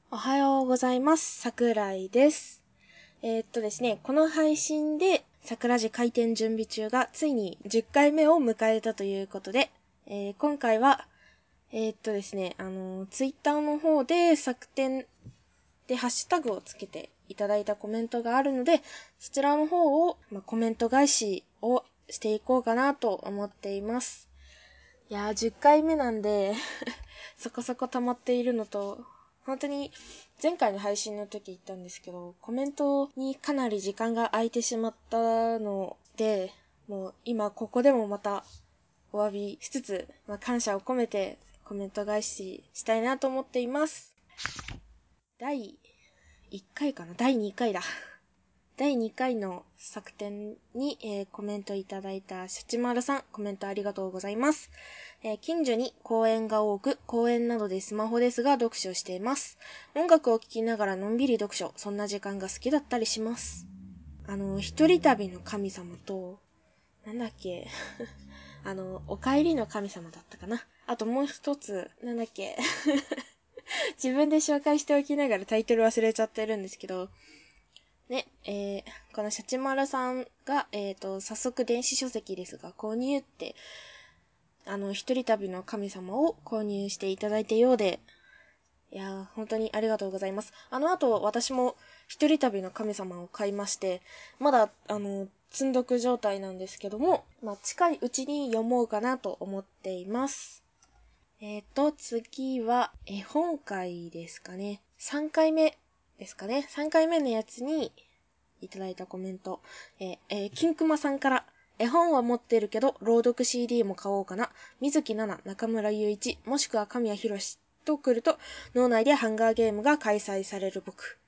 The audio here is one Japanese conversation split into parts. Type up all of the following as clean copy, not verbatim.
おはようございます。桜井です。ですね、この配信で桜寺開店準備中がついに10回目を迎えたということで、今回は、ですね、ツイッターの方で作店でハッシュタグをつけていただいたコメントがあるので、そちらの方を、コメント返しをしていこうかなと思っています。いやー、10回目なんで、そこそこ溜まっているのと、本当に前回の配信の時言ったんですけど、コメントにかなり時間が空いてしまったので、もう今ここでもまたお詫びしつつ、感謝を込めてコメント返ししたいなと思っています。第1回かな第2回だ。第2回の作展に、コメントいただいたシャチマルさん、コメントありがとうございます。近所に公園が多く、公園などでスマホですが読書しています。音楽を聴きながらのんびり読書、そんな時間が好きだったりします。一人旅の神様と、なんだっけ、お帰りの神様だったかな。あともう一つ、なんだっけ、自分で紹介しておきながらタイトル忘れちゃってるんですけど、ね、このシャチマルさんが、早速電子書籍ですが、購入って、一人旅の神様を購入していただいたようで、いやー、本当にありがとうございます。後、私も一人旅の神様を買いまして、まだ、積んどく状態なんですけども、近いうちに読もうかなと思っています。次は、絵本会ですかね。3回目ですかね。3回目のやつにいただいたコメント。金熊さんから、絵本は持ってるけど、朗読 CD も買おうかな。水木奈々、中村雄一、もしくは神谷博史と来ると、脳内でハンガーゲームが開催される僕。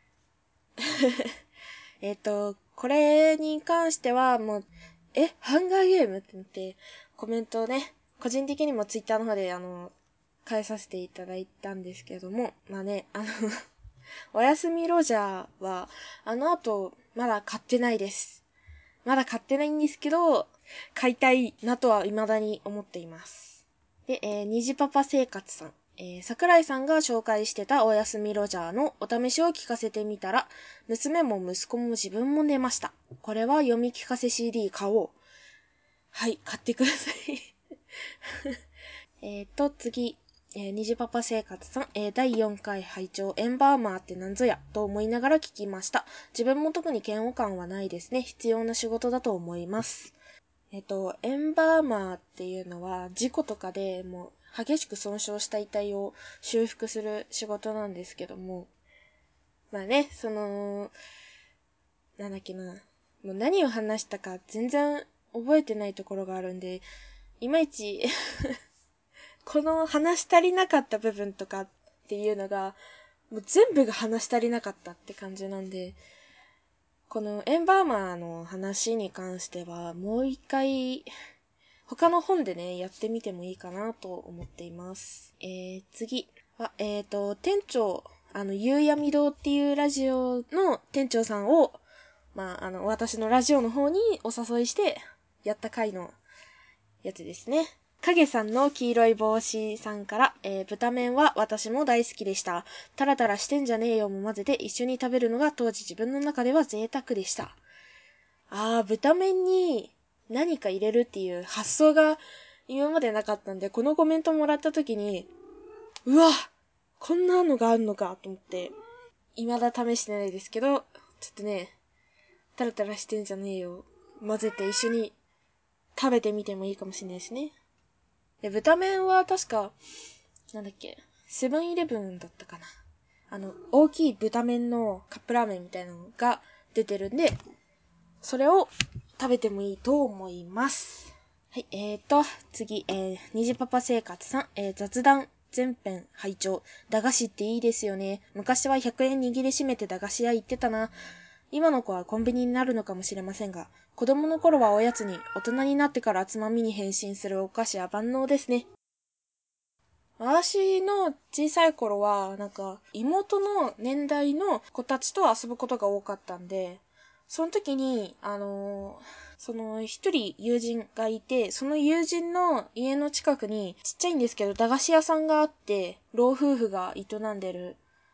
これに関してはもう、ハンガーゲームって言って、コメントをね、個人的にもツイッターの方で返させていただいたんですけども、おやすみロジャーは、後、まだ買ってないです。まだ買ってないんですけど、買いたいなとは未だに思っています。で、虹パパ生活さん。桜井さんが紹介してたおやすみロジャーのお試しを聞かせてみたら、娘も息子も自分も寝ました。これは読み聞かせ CD 買おう。はい、買ってください。次、虹パパ生活さん、第4回拝聴エンバーマーってなんぞや、と思いながら聞きました。自分も特に嫌悪感はないですね。必要な仕事だと思います。エンバーマーっていうのは、事故とかでもう、激しく損傷した遺体を修復する仕事なんですけども、なんだっけな、もう何を話したか全然覚えてないところがあるんで、いまいちこの話し足りなかった部分とかっていうのが、もう全部が話し足りなかったって感じなんで、このエンバーマーの話に関しては、もう一回、他の本でね、やってみてもいいかなと思っています。次は、店長、夕闇堂っていうラジオの店長さんを、私のラジオの方にお誘いして、やった回のやつですね。影さんの黄色い帽子さんから、豚麺は私も大好きでした。タラタラしてんじゃねえよも混ぜて一緒に食べるのが当時自分の中では贅沢でした。豚麺に何か入れるっていう発想が今までなかったんで、このコメントもらった時に、うわこんなのがあるのかと思って、未だ試してないですけど、ちょっとね、タラタラしてんじゃねえよ混ぜて一緒に食べてみてもいいかもしれないですね。で、豚麺は確か、なんだっけ、セブンイレブンだったかな。大きい豚麺のカップラーメンみたいなのが出てるんで、それを食べてもいいと思います。はい、次、虹パパ生活さん、雑談全編拝聴駄菓子っていいですよね。昔は100円握りしめて駄菓子屋行ってたな。今の子はコンビニになるのかもしれませんが、子供の頃はおやつに、大人になってからつまみに変身するお菓子は万能ですね。私の小さい頃は、妹の年代の子たちと遊ぶことが多かったんで、その時に、一人友人がいて、その友人の家の近くに、ちっちゃいんですけど、駄菓子屋さんがあって、老夫婦が営んでる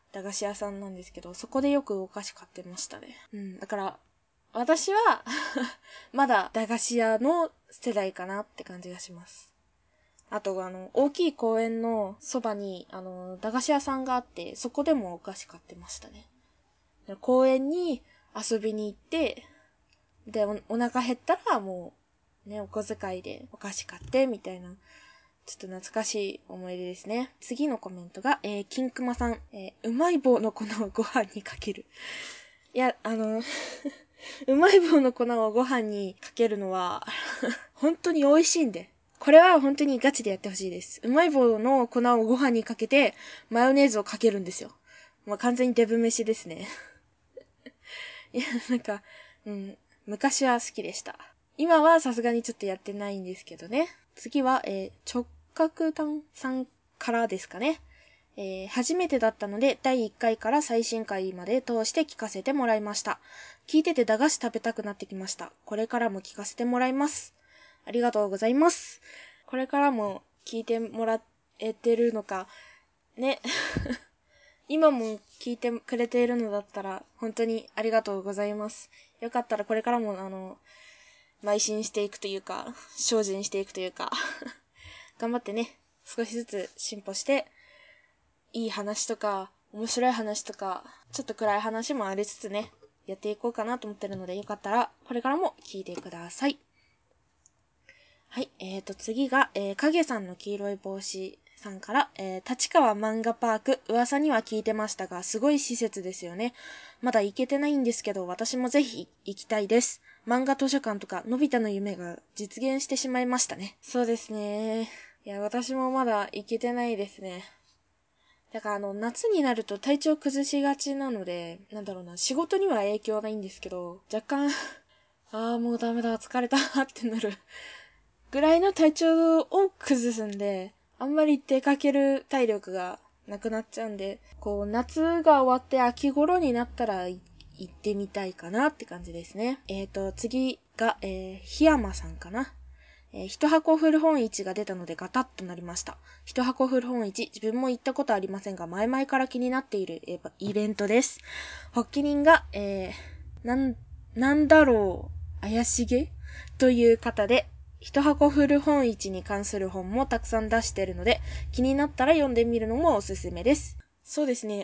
駄菓子屋さんなんですけど、そこでよくお菓子買ってましたね。だから、私は、まだ駄菓子屋の世代かなって感じがします。あと、大きい公園のそばに、駄菓子屋さんがあって、そこでもお菓子買ってましたね。公園に遊びに行って、で、お腹減ったらもう、ね、お小遣いでお菓子買って、みたいな、ちょっと懐かしい思い出ですね。次のコメントが、金熊さん、うまい棒の粉をご飯にかける。いや、うまい棒の粉をご飯にかけるのは、本当に美味しいんで。これは本当にガチでやってほしいです。うまい棒の粉をご飯にかけて、マヨネーズをかけるんですよ。まあ、完全にデブ飯ですね。いや、なんか、昔は好きでした。今はさすがにちょっとやってないんですけどね。次は、直角炭さんからですかね。初めてだったので、第1回から最新回まで通して聞かせてもらいました。聞いてて駄菓子食べたくなってきました。これからも聞かせてもらいます。ありがとうございます。これからも聞いてもらえてるのか、ね。今も聞いてくれているのだったら、本当にありがとうございます。よかったらこれからも邁進していくというか、精進していくというか、頑張ってね、少しずつ進歩して、いい話とか、面白い話とか、ちょっと暗い話もありつつね、やっていこうかなと思ってるので、よかったら、これからも聞いてください。はい、次が、影さんの黄色い帽子さんから、立川漫画パーク、噂には聞いてましたが、すごい施設ですよね。まだ行けてないんですけど、私もぜひ行きたいです。漫画図書館とか、のび太の夢が実現してしまいましたね。そうですね。いや、私もまだ行けてないですね。だから夏になると体調崩しがちなので、仕事には影響ないんですけど、若干、もうダメだ、疲れたってなるぐらいの体調を崩すんで、あんまり出かける体力がなくなっちゃうんで、夏が終わって秋頃になったら行ってみたいかなって感じですね。次が、檜山さんかな。一箱古本市が出たのでガタッとなりました。一箱古本市、自分も行ったことありませんが、前々から気になっているイベントです。発起人が、なんだろう、怪しげという方で、一箱古本市に関する本もたくさん出しているので、気になったら読んでみるのもおすすめです。そうですね、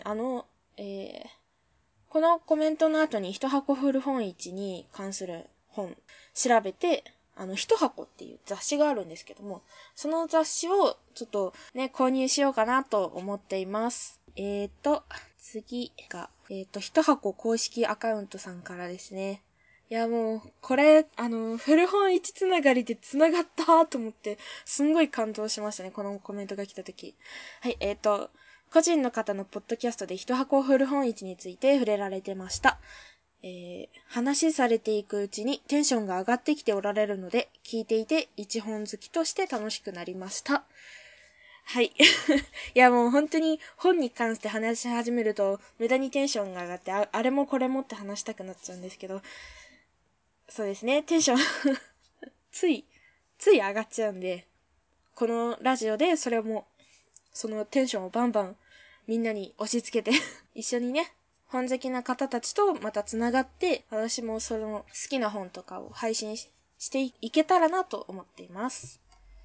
このコメントの後に一箱古本市に関する本調べて、一箱っていう雑誌があるんですけども、その雑誌をちょっとね、購入しようかなと思っています。次が、一箱公式アカウントさんからですね。いやもう、これ、古本市つながりでつながったと思って、すんごい感動しましたね、このコメントが来たとき。はい、個人の方のポッドキャストで一箱古本市について触れられてました。話されていくうちにテンションが上がってきておられるので、聞いていて一本好きとして楽しくなりました。はい。いやもう本当に本に関して話し始めると無駄にテンションが上がって、あれもこれもって話したくなっちゃうんですけど、そうですね、テンションつい上がっちゃうんで、このラジオでそれも、そのテンションをバンバンみんなに押し付けて一緒にね、本好きな方たちとまたつながって、私もその好きな本とかを配信していけたらなと思っています。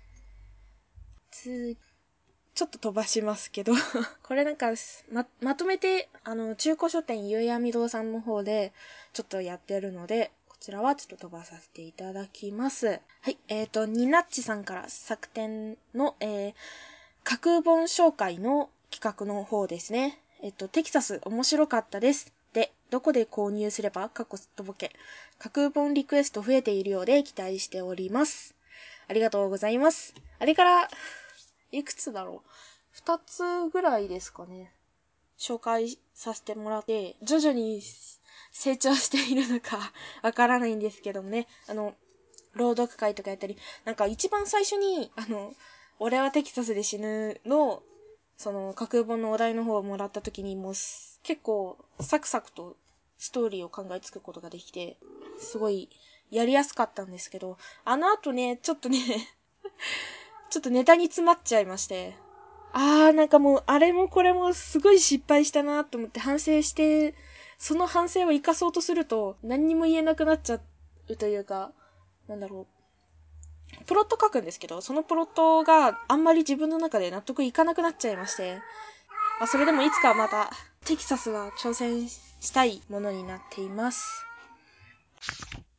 ちょっと飛ばしますけどこれなんかまとめて、中古書店ゆうやみ堂さんの方でちょっとやってるので、こちらはちょっと飛ばさせていただきます。はい、ニナッチさんから作展の、架空本紹介の企画の方ですね。テキサス面白かったです。で、どこで購入すればかっことぼけ。架空本リクエスト増えているようで期待しております。ありがとうございます。あれから、いくつだろう ?2 つぐらいですかね。紹介させてもらって、徐々に成長しているのかわからないんですけどもね。朗読会とかやったり、なんか一番最初に、俺はテキサスで死ぬの、その架空本のお題の方をもらった時にもう結構サクサクとストーリーを考えつくことができて、すごいやりやすかったんですけど、あの後ね、ちょっとネタに詰まっちゃいまして、 なんかもう、あれもこれもすごい失敗したなと思って反省して、その反省を生かそうとすると、何にも言えなくなっちゃうというか、なんだろう。プロット書くんですけど、そのプロットがあんまり自分の中で納得いかなくなっちゃいまして、それでもいつかまた、テキサスは挑戦したいものになっています。